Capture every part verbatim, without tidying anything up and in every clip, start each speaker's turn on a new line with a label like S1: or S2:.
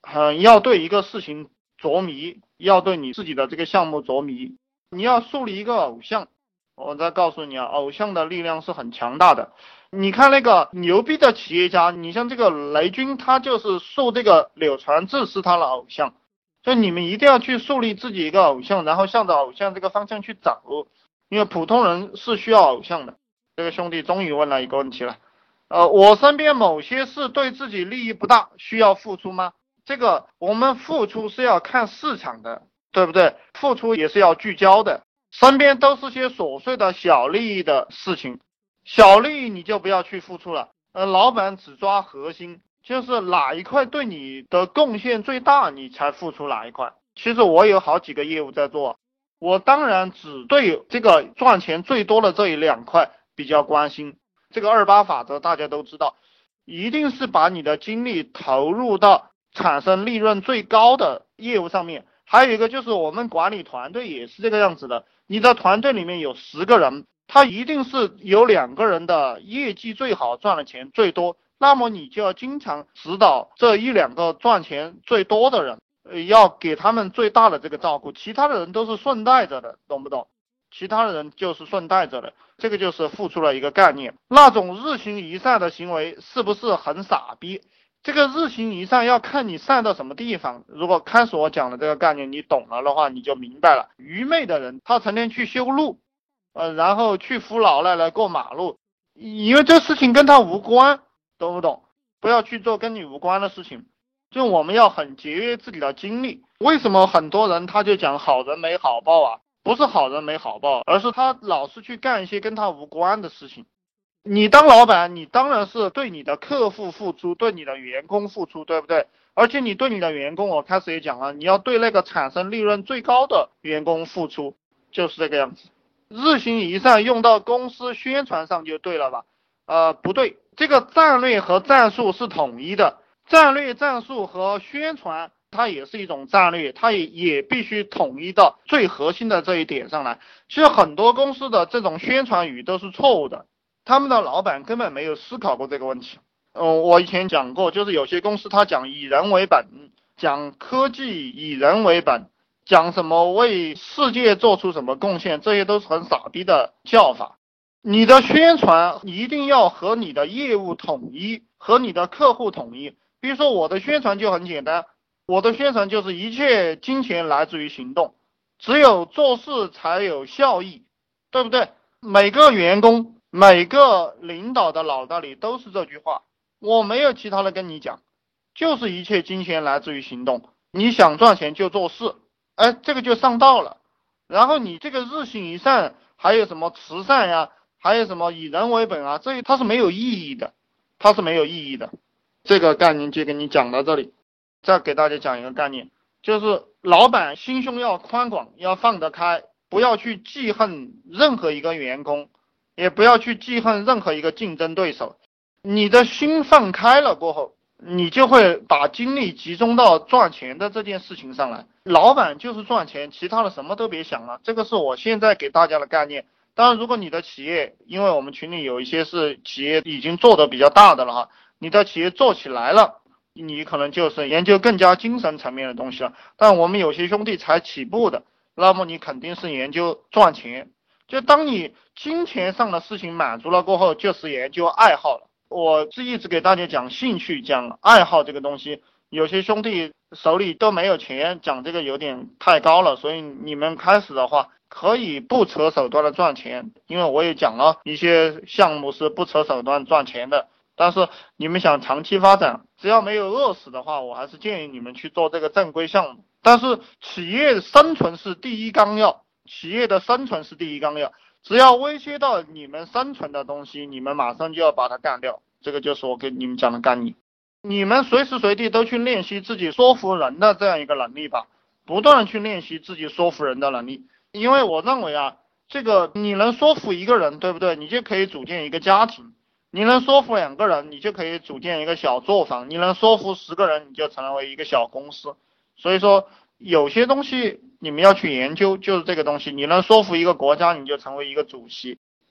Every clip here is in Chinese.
S1: 嗯，要对一个事情着迷，要对你自己的这个项目着迷，你要树立一个偶像。我再告诉你啊，偶像的力量是很强大的。你看那个牛逼的企业家，你像这个雷军，他就是受这个柳传志是他的偶像。所以你们一定要去树立自己一个偶像，然后向着偶像这个方向去走，因为普通人是需要偶像的。这个兄弟终于问了一个问题了，呃，我身边某些事对自己利益不大，需要付出吗？这个我们付出是要看市场的，对不对？付出也是要聚焦的，身边都是些琐碎的小利益的事情，小利益你就不要去付出了。呃，老板只抓核心，就是哪一块对你的贡献最大，你才付出哪一块。其实我有好几个业务在做，我当然只对这个赚钱最多的这一两块比较关心。这个二八法则大家都知道，一定是把你的精力投入到产生利润最高的业务上面。还有一个就是我们管理团队也是这个样子的，你的团队里面有十个人，他一定是有两个人的业绩最好，赚的钱最多，那么你就要经常指导这一两个赚钱最多的人，呃，要给他们最大的这个照顾，其他的人都是顺带着的，懂不懂？其他的人就是顺带着的，这个就是付出了一个概念。那种日行一善的行为是不是很傻逼？这个日行一善要看你善到什么地方。如果开始我讲的这个概念你懂了的话，你就明白了。愚昧的人他成天去修路，呃，然后去扶老奶奶过马路，因为这事情跟他无关，懂不懂？不要去做跟你无关的事情。就我们要很节约自己的精力。为什么很多人他就讲好人没好报啊？不是好人没好报，而是他老是去干一些跟他无关的事情。你当老板，你当然是对你的客户付出，对你的员工付出，对不对？而且你对你的员工，我开始也讲了，你要对那个产生利润最高的员工付出，就是这个样子。日行一善用到公司宣传上就对了吧？呃，不对，这个战略和战术是统一的，战略、战术和宣传它也是一种战略，它也也必须统一到最核心的这一点上来。其实很多公司的这种宣传语都是错误的，他们的老板根本没有思考过这个问题。嗯，我以前讲过，就是有些公司他讲以人为本，讲科技以人为本，讲什么为世界做出什么贡献，这些都是很傻逼的叫法。你的宣传一定要和你的业务统一，和你的客户统一。比如说我的宣传就很简单，我的宣传就是一切金钱来自于行动，只有做事才有效益，对不对？每个员工每个领导的脑袋里都是这句话，我没有其他的跟你讲，就是一切金钱来自于行动，你想赚钱就做事，哎，这个就上道了。然后你这个日行一善，还有什么慈善呀，还有什么以人为本啊，这些它是没有意义的，它是没有意义的。这个概念就跟你讲到这里。再给大家讲一个概念，就是老板心胸要宽广，要放得开，不要去记恨任何一个员工，也不要去记恨任何一个竞争对手。你的心放开了过后，你就会把精力集中到赚钱的这件事情上来。老板就是赚钱，其他的什么都别想了，这个是我现在给大家的概念。当然如果你的企业，因为我们群里有一些是企业已经做得比较大的了哈，你的企业做起来了，你可能就是研究更加精神层面的东西了。但我们有些兄弟才起步的，那么你肯定是研究赚钱。就当你金钱上的事情满足了过后，就是研究爱好了。我是一直给大家讲兴趣，讲爱好这个东西。有些兄弟手里都没有钱，讲这个有点太高了，所以你们开始的话可以不择手段的赚钱，因为我也讲了一些项目是不择手段赚钱的。但是你们想长期发展，只要没有饿死的话，我还是建议你们去做这个正规项目。但是企业生存是第一纲要，企业的生存是第一纲要，只要威胁到你们生存的东西，你们马上就要把它干掉。这个就是我给你们讲的概念。你们随时随地都去练习自己说服人的这样一个能力吧，不断的去练习自己说服人的能力。因为我认为啊，这个你能说服一个人，对不对？你就可以组建一个家庭。你能说服两个人，你就可以组建一个小作坊；你能说服十个人，你就成为一个小公司。所以说，有些东西你们要去研究，就是这个东西。你能说服一个国家，你就成为一个主席。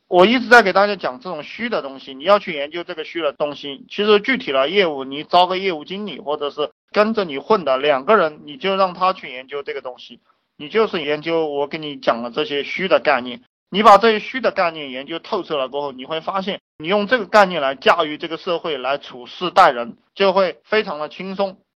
S1: 我一直在给大家讲这种虚的东西，你要去研究这个虚的东西。其实具体的业务，你招个业务经理或者是跟着你混的两个人，你就让他去研究这个东西，你就是研究我给你讲的这些虚的概念。你把这些虚的概念研究透彻了过后，你会发现你用这个概念来驾驭这个社会，来处事待人，就会非常的轻松。